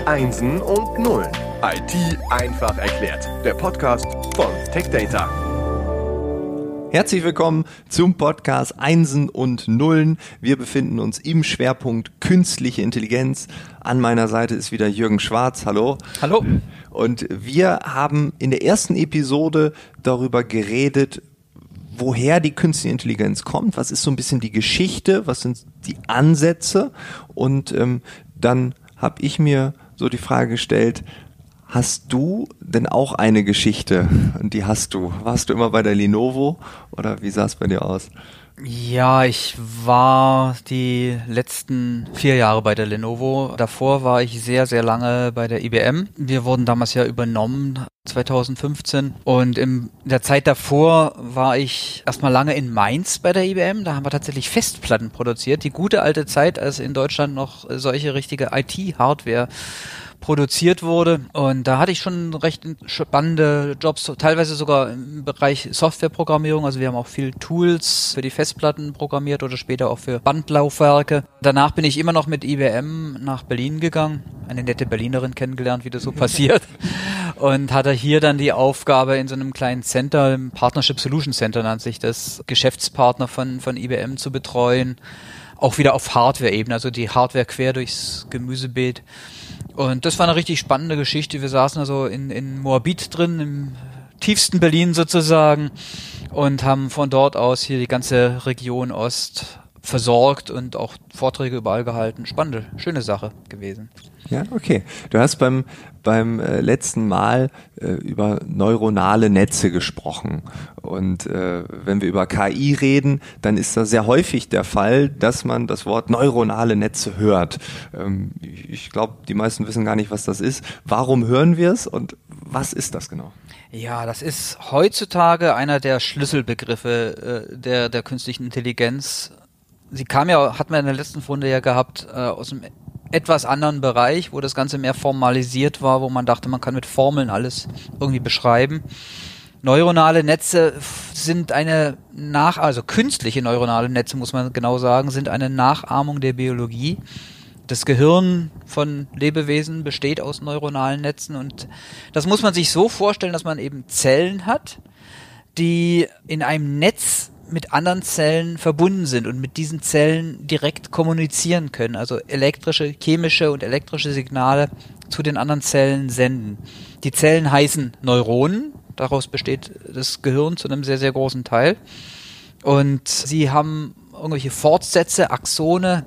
Einsen und Nullen. IT einfach erklärt. Der Podcast von TechData. Herzlich willkommen zum Podcast Einsen und Nullen. Wir befinden uns im Schwerpunkt künstliche Intelligenz. An meiner Seite ist wieder Jürgen Schwarz. Hallo. Hallo. Und wir haben in der ersten Episode darüber geredet, woher die künstliche Intelligenz kommt, was ist so ein bisschen die Geschichte, was sind die Ansätze, und dann habe ich mir so die Frage gestellt, hast du denn auch eine Geschichte? Und die hast du. Warst du immer bei der Lenovo oder wie sah es bei dir aus? Ja, ich war die letzten 4 Jahre bei der Lenovo. Davor war ich sehr, sehr lange bei der IBM. Wir wurden damals ja übernommen, 2015. Und in der Zeit davor war ich erstmal lange in Mainz bei der IBM. Da haben wir tatsächlich Festplatten produziert. Die gute alte Zeit, als in Deutschland noch solche richtige IT-Hardware produziert wurde, und da hatte ich schon recht spannende Jobs, teilweise sogar im Bereich Softwareprogrammierung, also wir haben auch viel Tools für die Festplatten programmiert oder später auch für Bandlaufwerke. Danach bin ich immer noch mit IBM nach Berlin gegangen, eine nette Berlinerin kennengelernt, wie das so passiert, und hatte hier dann die Aufgabe in so einem kleinen Center, im Partnership Solution Center nennt sich das, Geschäftspartner von IBM zu betreuen, auch wieder auf Hardware-Ebene, also die Hardware quer durchs Gemüsebeet. Und das war eine richtig spannende Geschichte. Wir saßen also in Moabit drin, im tiefsten Berlin sozusagen, und haben von dort aus hier die ganze Region Ost versorgt und auch Vorträge überall gehalten. Spannende, schöne Sache gewesen. Ja, okay. Du hast beim letzten Mal über neuronale Netze gesprochen. Und wenn wir über KI reden, dann ist das sehr häufig der Fall, dass man das Wort neuronale Netze hört. Ich glaube, die meisten wissen gar nicht, was das ist. Warum hören wir es und was ist das genau? Ja, das ist heutzutage einer der Schlüsselbegriffe der künstlichen Intelligenz. Sie kam ja, hatten wir in der letzten Runde ja gehabt, aus einem etwas anderen Bereich, wo das Ganze mehr formalisiert war, wo man dachte, man kann mit Formeln alles irgendwie beschreiben. Neuronale Netze sind also künstliche neuronale Netze, muss man genau sagen, sind eine Nachahmung der Biologie. Das Gehirn von Lebewesen besteht aus neuronalen Netzen, und das muss man sich so vorstellen, dass man eben Zellen hat, die in einem Netz mit anderen Zellen verbunden sind und mit diesen Zellen direkt kommunizieren können, also chemische und elektrische Signale zu den anderen Zellen senden. Die Zellen heißen Neuronen, daraus besteht das Gehirn zu einem sehr, sehr großen Teil, und sie haben irgendwelche Fortsätze, Axone,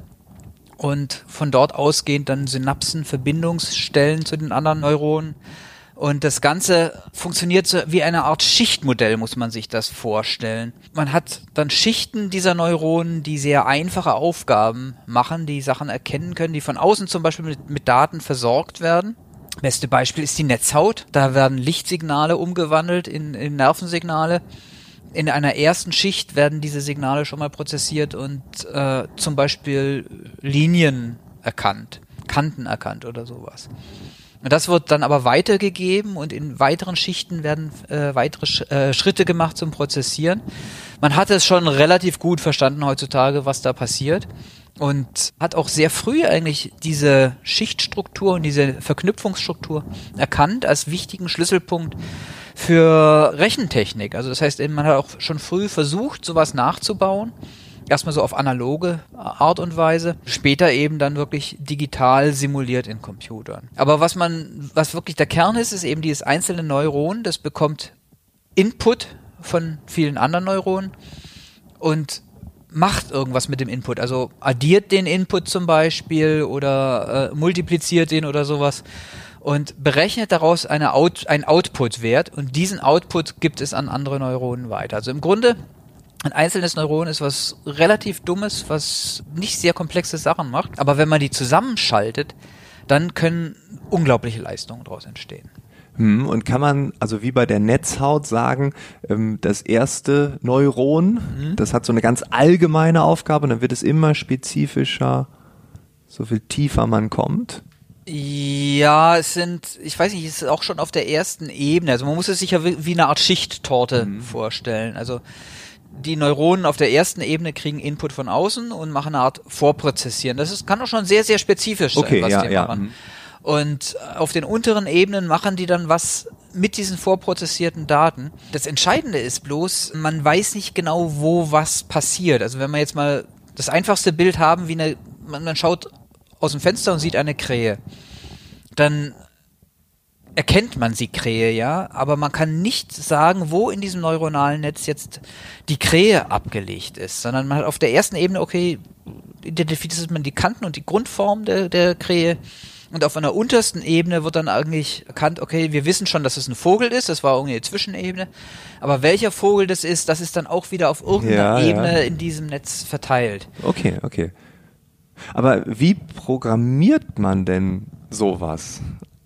und von dort ausgehend dann Synapsen, Verbindungsstellen zu den anderen Neuronen. Und das Ganze funktioniert so wie eine Art Schichtmodell, muss man sich das vorstellen. Man hat dann Schichten dieser Neuronen, die sehr einfache Aufgaben machen, die Sachen erkennen können, die von außen zum Beispiel mit Daten versorgt werden. Beste Beispiel ist die Netzhaut. Da werden Lichtsignale umgewandelt in Nervensignale. In einer ersten Schicht werden diese Signale schon mal prozessiert und zum Beispiel Linien erkannt, Kanten erkannt oder sowas. Und das wird dann aber weitergegeben, und in weiteren Schichten werden weitere Schritte gemacht zum Prozessieren. Man hat es schon relativ gut verstanden heutzutage, was da passiert, und hat auch sehr früh eigentlich diese Schichtstruktur und diese Verknüpfungsstruktur erkannt als wichtigen Schlüsselpunkt für Rechentechnik. Also das heißt, man hat auch schon früh versucht, sowas nachzubauen. Erstmal so auf analoge Art und Weise, später eben dann wirklich digital simuliert in Computern. Aber was wirklich der Kern ist eben dieses einzelne Neuron, das bekommt Input von vielen anderen Neuronen und macht irgendwas mit dem Input, also addiert den Input zum Beispiel oder multipliziert den oder sowas und berechnet daraus einen Output-Wert, und diesen Output gibt es an andere Neuronen weiter. Also im Grunde ein einzelnes Neuron ist was relativ Dummes, was nicht sehr komplexe Sachen macht, aber wenn man die zusammenschaltet, dann können unglaubliche Leistungen daraus entstehen. Und kann man, also wie bei der Netzhaut sagen, das erste Neuron, das hat so eine ganz allgemeine Aufgabe, und dann wird es immer spezifischer, so viel tiefer man kommt? Ja, ich weiß nicht, es ist auch schon auf der ersten Ebene, also man muss es sich ja wie eine Art Schichttorte vorstellen, also die Neuronen auf der ersten Ebene kriegen Input von außen und machen eine Art Vorprozessieren. Kann auch schon sehr, sehr spezifisch sein, was die machen. Und auf den unteren Ebenen machen die dann was mit diesen vorprozessierten Daten. Das Entscheidende ist bloß, man weiß nicht genau, wo was passiert. Also wenn wir jetzt mal das einfachste Bild haben, wie man schaut aus dem Fenster und sieht eine Krähe, dann erkennt man die Krähe, ja, aber man kann nicht sagen, wo in diesem neuronalen Netz jetzt die Krähe abgelegt ist, sondern man hat auf der ersten Ebene, okay, identifiziert man die Kanten und die Grundform der Krähe, und auf einer untersten Ebene wird dann eigentlich erkannt, okay, wir wissen schon, dass es ein Vogel ist, das war irgendwie eine Zwischenebene, aber welcher Vogel das ist dann auch wieder auf irgendeiner Ebene in diesem Netz verteilt. Okay. Aber wie programmiert man denn sowas?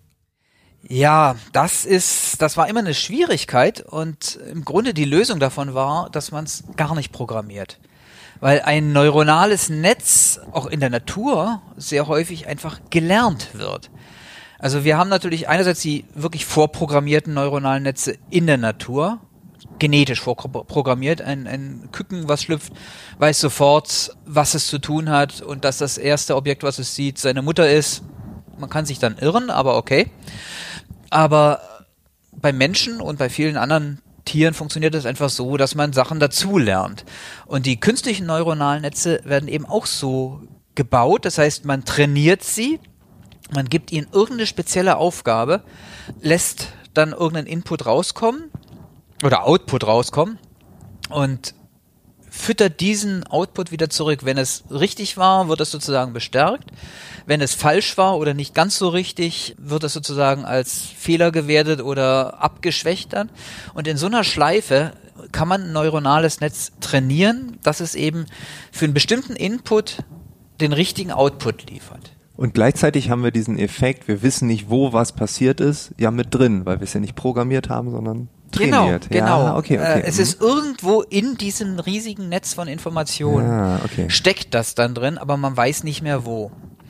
Ja, das war immer eine Schwierigkeit, und im Grunde die Lösung davon war, dass man es gar nicht programmiert. Weil ein neuronales Netz auch in der Natur sehr häufig einfach gelernt wird. Also wir haben natürlich einerseits die wirklich vorprogrammierten neuronalen Netze in der Natur, genetisch vorprogrammiert. Ein Küken, was schlüpft, weiß sofort, was es zu tun hat, und dass das erste Objekt, was es sieht, seine Mutter ist. Man kann sich dann irren, aber okay. Aber bei Menschen und bei vielen anderen Tieren funktioniert es einfach so, dass man Sachen dazulernt. Und die künstlichen neuronalen Netze werden eben auch so gebaut. Das heißt, man trainiert sie, man gibt ihnen irgendeine spezielle Aufgabe, lässt dann irgendeinen Input rauskommen oder Output rauskommen und füttert diesen Output wieder zurück. Wenn es richtig war, wird es sozusagen bestärkt. Wenn es falsch war oder nicht ganz so richtig, wird es sozusagen als Fehler gewertet oder abgeschwächt dann. Und in so einer Schleife kann man ein neuronales Netz trainieren, dass es eben für einen bestimmten Input den richtigen Output liefert. Und gleichzeitig haben wir diesen Effekt, wir wissen nicht, wo was passiert ist, ja mit drin, weil wir es ja nicht programmiert haben, sondern trainiert. Genau. Ja, okay. Es ist irgendwo in diesem riesigen Netz von Informationen, steckt das dann drin, aber man weiß nicht mehr wo.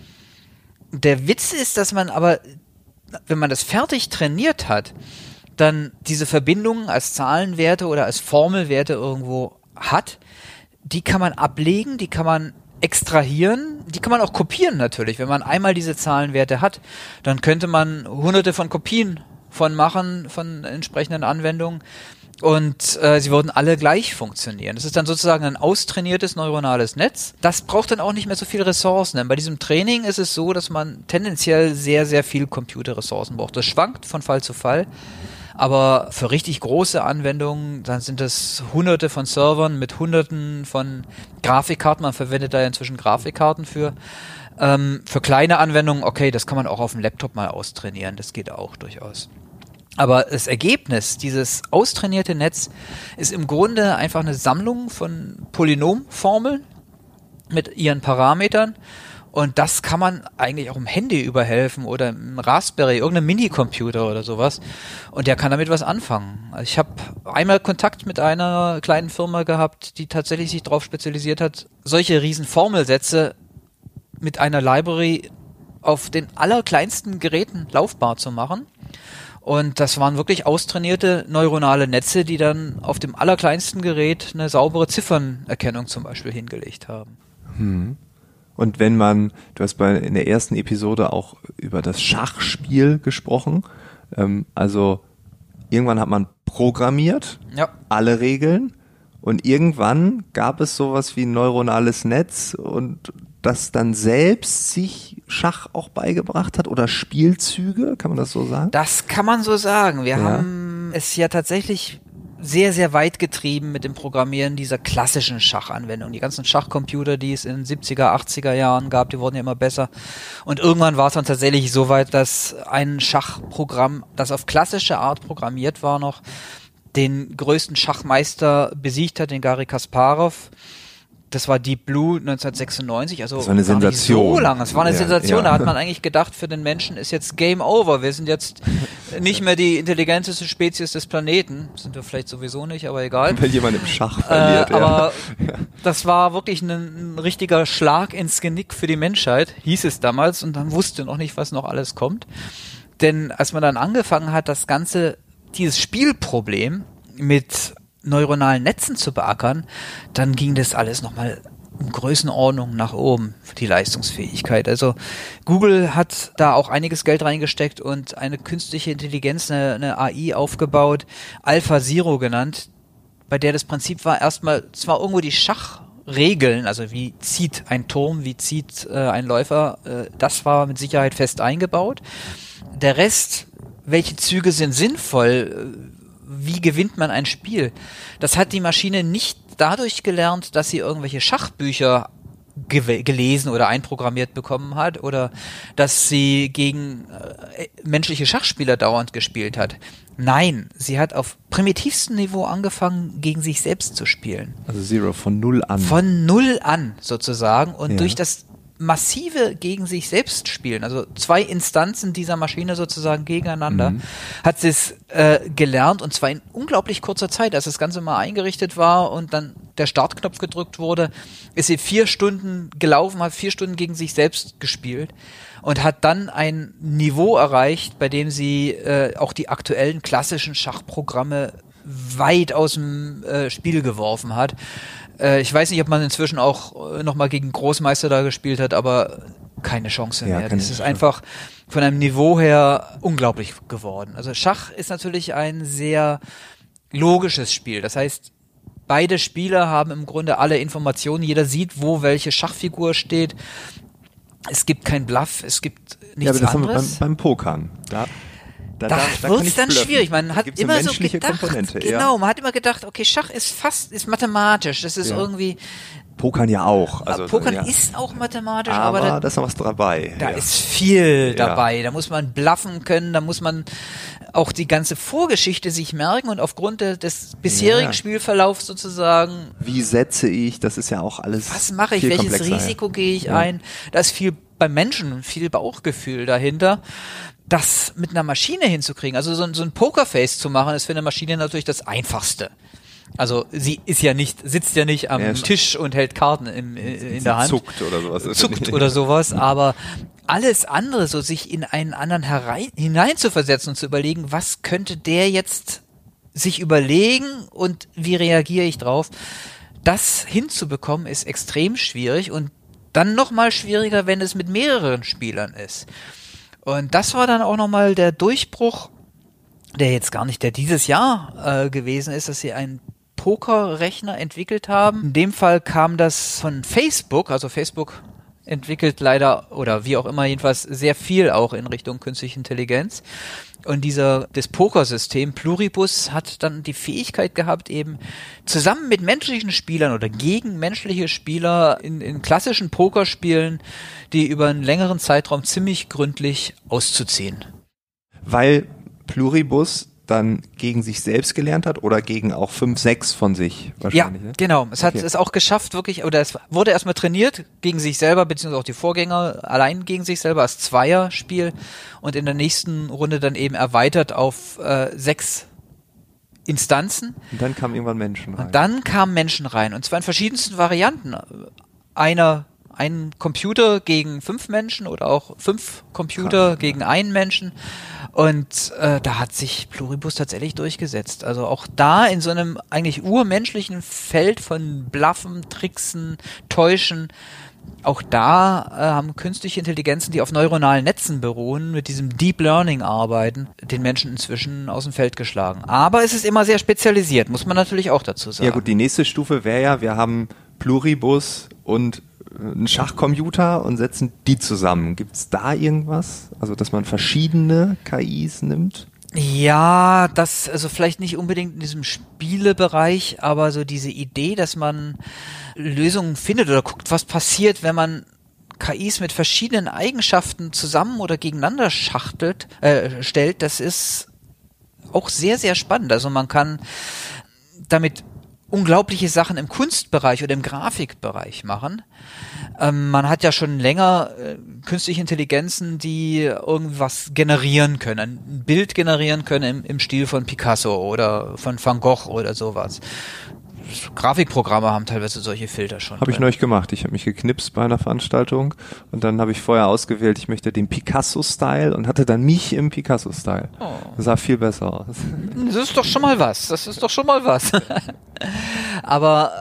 Der Witz ist, dass man aber, wenn man das fertig trainiert hat, dann diese Verbindungen als Zahlenwerte oder als Formelwerte irgendwo hat, die kann man ablegen, die kann man extrahieren, die kann man auch kopieren natürlich. Wenn man einmal diese Zahlenwerte hat, dann könnte man hunderte von Kopien von machen, von entsprechenden Anwendungen, und sie würden alle gleich funktionieren. Das ist dann sozusagen ein austrainiertes neuronales Netz. Das braucht dann auch nicht mehr so viele Ressourcen, denn bei diesem Training ist es so, dass man tendenziell sehr, sehr viel Computerressourcen braucht. Das schwankt von Fall zu Fall, aber für richtig große Anwendungen, dann sind es hunderte von Servern mit hunderten von Grafikkarten. Man verwendet da inzwischen Grafikkarten für. Für kleine Anwendungen, okay, das kann man auch auf dem Laptop mal austrainieren, das geht auch durchaus. Aber das Ergebnis, dieses austrainierte Netz, ist im Grunde einfach eine Sammlung von Polynomformeln mit ihren Parametern, und das kann man eigentlich auch im Handy überhelfen oder im Raspberry, irgendeinem Minicomputer oder sowas, und der kann damit was anfangen. Also ich habe einmal Kontakt mit einer kleinen Firma gehabt, die tatsächlich sich darauf spezialisiert hat, solche riesen Formelsätze mit einer Library auf den allerkleinsten Geräten laufbar zu machen. Und das waren wirklich austrainierte neuronale Netze, die dann auf dem allerkleinsten Gerät eine saubere Ziffernerkennung zum Beispiel hingelegt haben. Und wenn man, du hast in der ersten Episode auch über das Schachspiel gesprochen, also irgendwann hat man programmiert, alle Regeln, und irgendwann gab es sowas wie ein neuronales Netz, und das dann selbst sich Schach auch beigebracht hat, oder Spielzüge, kann man das so sagen? Das kann man so sagen. Wir haben es ja tatsächlich sehr, sehr weit getrieben mit dem Programmieren dieser klassischen Schachanwendungen. Die ganzen Schachcomputer, die es in den 70er, 80er Jahren gab, die wurden ja immer besser. Und irgendwann war es dann tatsächlich so weit, dass ein Schachprogramm, das auf klassische Art programmiert war, noch den größten Schachmeister besiegt hat, den Garry Kasparov. Das war Deep Blue 1996, also das war eine Sensation. Nicht so lange. Es war eine Sensation. Da hat man eigentlich gedacht, für den Menschen ist jetzt Game Over. Wir sind jetzt nicht mehr die intelligenteste Spezies des Planeten. Sind wir vielleicht sowieso nicht, aber egal. Wenn jemand im Schach verliert. Aber das war wirklich ein richtiger Schlag ins Genick für die Menschheit, hieß es damals. Und dann wusste noch nicht, was noch alles kommt. Denn als man dann angefangen hat, dieses Spielproblem mit neuronalen Netzen zu beackern, dann ging das alles nochmal um Größenordnung nach oben für die Leistungsfähigkeit. Also Google hat da auch einiges Geld reingesteckt und eine künstliche Intelligenz, eine AI aufgebaut, AlphaZero genannt, bei der das Prinzip war, erstmal zwar irgendwo die Schachregeln, also wie zieht ein Turm, wie zieht ein Läufer, das war mit Sicherheit fest eingebaut. Der Rest, welche Züge sind sinnvoll, wie gewinnt man ein Spiel, das hat die Maschine nicht dadurch gelernt, dass sie irgendwelche Schachbücher gelesen oder einprogrammiert bekommen hat oder dass sie gegen menschliche Schachspieler dauernd gespielt hat. Nein, sie hat auf primitivstem Niveau angefangen, gegen sich selbst zu spielen. Also Zero, von Null an. Von Null an sozusagen und durch das massive gegen sich selbst spielen, also 2 Instanzen dieser Maschine sozusagen gegeneinander, hat sie es gelernt und zwar in unglaublich kurzer Zeit, als das Ganze mal eingerichtet war und dann der Startknopf gedrückt wurde, ist sie 4 Stunden gelaufen, hat 4 Stunden gegen sich selbst gespielt und hat dann ein Niveau erreicht, bei dem sie auch die aktuellen klassischen Schachprogramme weit aus dem Spiel geworfen hat. Ich weiß nicht, ob man inzwischen auch nochmal gegen Großmeister da gespielt hat, aber keine Chance mehr. Das ist einfach von einem Niveau her unglaublich geworden. Also Schach ist natürlich ein sehr logisches Spiel. Das heißt, beide Spieler haben im Grunde alle Informationen. Jeder sieht, wo welche Schachfigur steht. Es gibt kein Bluff, es gibt nichts das anderes. Haben wir beim Pokern. Da wird es dann schwierig. Man hat immer so gedacht, Komponente, man hat immer gedacht, okay, Schach ist mathematisch. Das ist irgendwie. Pokern ja auch. Also, Pokern ist auch mathematisch, aber da ist noch was dabei. Da ist viel dabei. Da muss man bluffen können, da muss man auch die ganze Vorgeschichte sich merken und aufgrund des bisherigen Spielverlaufs sozusagen. Wie setze ich? Das ist ja auch alles. Was mache ich? Welches Risiko gehe ich ein? Da ist viel beim Menschen, viel Bauchgefühl dahinter. Das mit einer Maschine hinzukriegen, also so ein Pokerface zu machen, ist für eine Maschine natürlich das Einfachste. Also sie sitzt ja nicht am Tisch und hält Karten in der Hand. Zuckt oder sowas, aber alles andere, so sich in einen anderen hineinzuversetzen und zu überlegen, was könnte der jetzt sich überlegen und wie reagiere ich drauf, das hinzubekommen ist extrem schwierig und dann nochmal schwieriger, wenn es mit mehreren Spielern ist. Und das war dann auch nochmal der Durchbruch, der dieses Jahr gewesen ist, dass sie einen Pokerrechner entwickelt haben. In dem Fall kam das von Facebook, also Facebook entwickelt leider oder wie auch immer jedenfalls sehr viel auch in Richtung künstliche Intelligenz. Und das Pokersystem Pluribus hat dann die Fähigkeit gehabt, eben zusammen mit menschlichen Spielern oder gegen menschliche Spieler in klassischen Pokerspielen, die über einen längeren Zeitraum ziemlich gründlich auszuziehen. Weil Pluribus dann gegen sich selbst gelernt hat oder gegen auch 5, 6 von sich wahrscheinlich. Ja, genau. Es hat es auch geschafft, wirklich, oder es wurde erstmal trainiert gegen sich selber, beziehungsweise auch die Vorgänger allein gegen sich selber als Zweierspiel und in der nächsten Runde dann eben erweitert auf 6 Instanzen. Und dann kamen irgendwann Menschen rein. Und zwar in verschiedensten Varianten. Ein Computer gegen 5 Menschen oder auch 5 Computer gegen einen Menschen. Und da hat sich Pluribus tatsächlich durchgesetzt. Also auch da in so einem eigentlich urmenschlichen Feld von Bluffen, Tricksen, Täuschen, auch da haben künstliche Intelligenzen, die auf neuronalen Netzen beruhen, mit diesem Deep Learning arbeiten, den Menschen inzwischen aus dem Feld geschlagen. Aber es ist immer sehr spezialisiert, muss man natürlich auch dazu sagen. Ja gut, die nächste Stufe wäre ja, wir haben Pluribus und einen Schachcomputer und setzen die zusammen. Gibt es da irgendwas? Also, dass man verschiedene KIs nimmt? Ja, also vielleicht nicht unbedingt in diesem Spielebereich, aber so diese Idee, dass man Lösungen findet oder guckt, was passiert, wenn man KIs mit verschiedenen Eigenschaften zusammen oder gegeneinander stellt, das ist auch sehr, sehr spannend. Also man kann damit unglaubliche Sachen im Kunstbereich oder im Grafikbereich machen. Man hat ja schon länger künstliche Intelligenzen, die irgendwas generieren können, ein Bild generieren können im Stil von Picasso oder von Van Gogh oder sowas. Grafikprogramme haben teilweise solche Filter schon. Habe ich neulich gemacht. Ich habe mich geknipst bei einer Veranstaltung und dann habe ich vorher ausgewählt, ich möchte den Picasso-Style und hatte dann mich im Picasso-Style. Oh. Das sah viel besser aus. Das ist doch schon mal was. Aber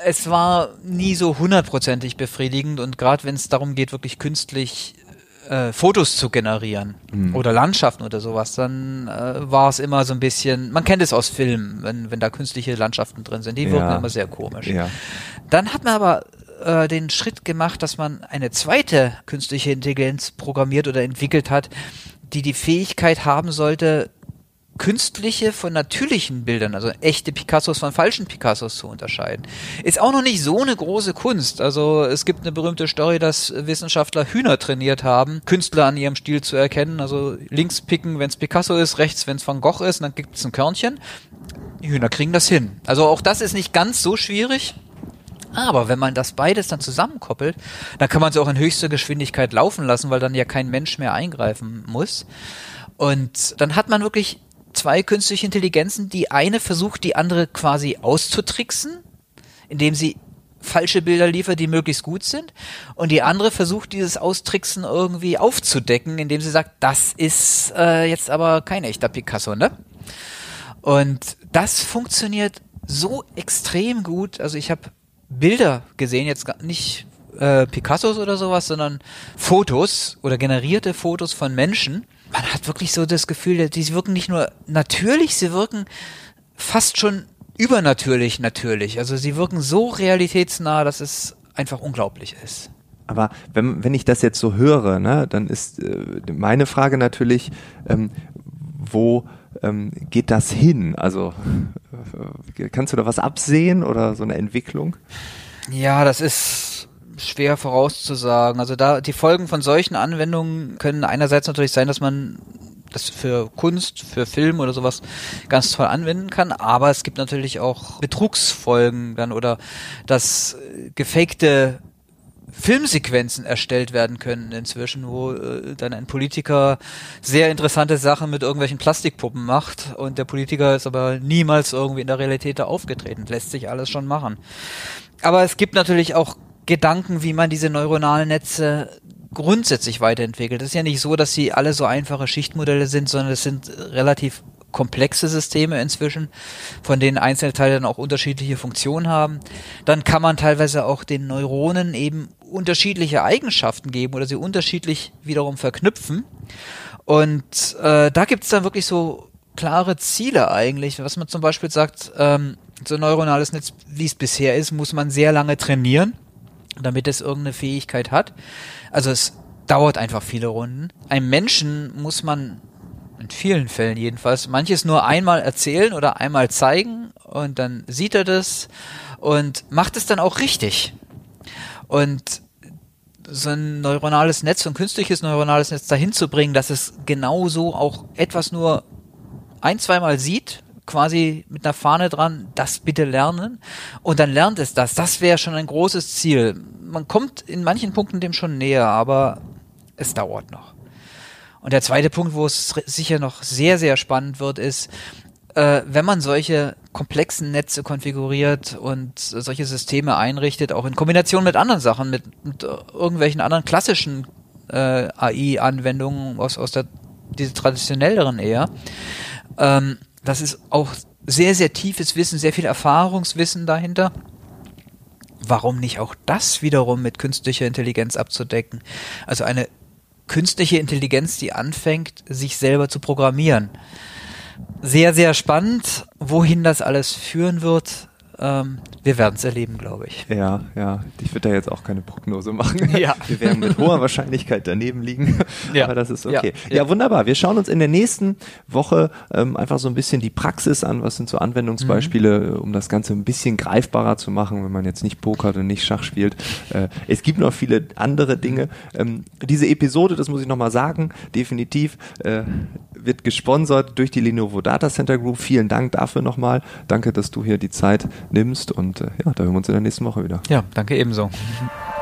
es war nie so 100%ig befriedigend und gerade wenn es darum geht, wirklich künstlich Fotos zu generieren oder Landschaften oder sowas, dann war es immer so ein bisschen, man kennt es aus Filmen, wenn da künstliche Landschaften drin sind, die wirken immer sehr komisch. Ja. Dann hat man aber den Schritt gemacht, dass man eine zweite künstliche Intelligenz programmiert oder entwickelt hat, die Fähigkeit haben sollte, künstliche von natürlichen Bildern, also echte Picassos von falschen Picassos zu unterscheiden. Ist auch noch nicht so eine große Kunst. Also es gibt eine berühmte Story, dass Wissenschaftler Hühner trainiert haben, Künstler an ihrem Stil zu erkennen. Also links picken, wenn es Picasso ist, rechts, wenn es Van Gogh ist, und dann gibt es ein Körnchen. Die Hühner kriegen das hin. Also auch das ist nicht ganz so schwierig. Aber wenn man das beides dann zusammenkoppelt, dann kann man es auch in höchster Geschwindigkeit laufen lassen, weil dann ja kein Mensch mehr eingreifen muss. Und dann hat man wirklich zwei künstliche Intelligenzen, die eine versucht, die andere quasi auszutricksen, indem sie falsche Bilder liefert, die möglichst gut sind, und die andere versucht, dieses Austricksen irgendwie aufzudecken, indem sie sagt, das ist jetzt aber kein echter Picasso, ne? Und das funktioniert so extrem gut. Also ich habe Bilder gesehen, jetzt nicht Picassos oder sowas, sondern Fotos oder generierte Fotos von Menschen. Man hat wirklich so das Gefühl, die wirken nicht nur natürlich, sie wirken fast schon übernatürlich natürlich. Also sie wirken so realitätsnah, dass es einfach unglaublich ist. Aber wenn ich das jetzt so höre, ne, dann ist meine Frage natürlich, wo geht das hin? Also kannst du da was absehen oder so eine Entwicklung? Ja, das ist schwer vorauszusagen. Also die Folgen von solchen Anwendungen können einerseits natürlich sein, dass man das für Kunst, für Film oder sowas ganz toll anwenden kann, aber es gibt natürlich auch Betrugsfolgen dann oder dass gefakte Filmsequenzen erstellt werden können inzwischen, wo dann ein Politiker sehr interessante Sachen mit irgendwelchen Plastikpuppen macht und der Politiker ist aber niemals irgendwie in der Realität da aufgetreten. Lässt sich alles schon machen. Aber es gibt natürlich auch Gedanken, wie man diese neuronalen Netze grundsätzlich weiterentwickelt. Es ist ja nicht so, dass sie alle so einfache Schichtmodelle sind, sondern es sind relativ komplexe Systeme inzwischen, von denen Einzelteile dann auch unterschiedliche Funktionen haben. Dann kann man teilweise auch den Neuronen eben unterschiedliche Eigenschaften geben oder sie unterschiedlich wiederum verknüpfen. Und da gibt es dann wirklich so klare Ziele eigentlich, was man zum Beispiel sagt, so ein neuronales Netz, wie es bisher ist, muss man sehr lange trainieren, damit es irgendeine Fähigkeit hat. Also es dauert einfach viele Runden. Einem Menschen muss man in vielen Fällen jedenfalls manches nur einmal erzählen oder einmal zeigen und dann sieht er das und macht es dann auch richtig. Und so ein neuronales Netz, so ein künstliches neuronales Netz dahin zu bringen, dass es genauso auch etwas nur ein-, zweimal sieht, quasi mit einer Fahne dran, das bitte lernen und dann lernt es das. Das wäre schon ein großes Ziel. Man kommt in manchen Punkten dem schon näher, aber es dauert noch. Und der zweite Punkt, wo es sicher noch sehr, sehr spannend wird, ist, wenn man solche komplexen Netze konfiguriert und solche Systeme einrichtet, auch in Kombination mit anderen Sachen, mit irgendwelchen anderen klassischen AI-Anwendungen aus diese traditionelleren eher, das ist auch sehr, sehr tiefes Wissen, sehr viel Erfahrungswissen dahinter. Warum nicht auch das wiederum mit künstlicher Intelligenz abzudecken? Also eine künstliche Intelligenz, die anfängt, sich selber zu programmieren. Sehr, sehr spannend, wohin das alles führen wird. Wir werden es erleben, glaube ich. Ja, ich würde da jetzt auch keine Prognose machen. Ja. Wir werden mit hoher Wahrscheinlichkeit daneben liegen, ja. Aber das ist okay. Ja, wunderbar. Wir schauen uns in der nächsten Woche einfach so ein bisschen die Praxis an. Was sind so Anwendungsbeispiele, um das Ganze ein bisschen greifbarer zu machen, wenn man jetzt nicht pokert und nicht Schach spielt. Es gibt noch viele andere Dinge. Diese Episode, das muss ich nochmal sagen, definitiv wird gesponsert durch die Lenovo Data Center Group. Vielen Dank dafür nochmal. Danke, dass du hier die Zeit nimmst und da hören wir uns in der nächsten Woche wieder. Ja, danke ebenso.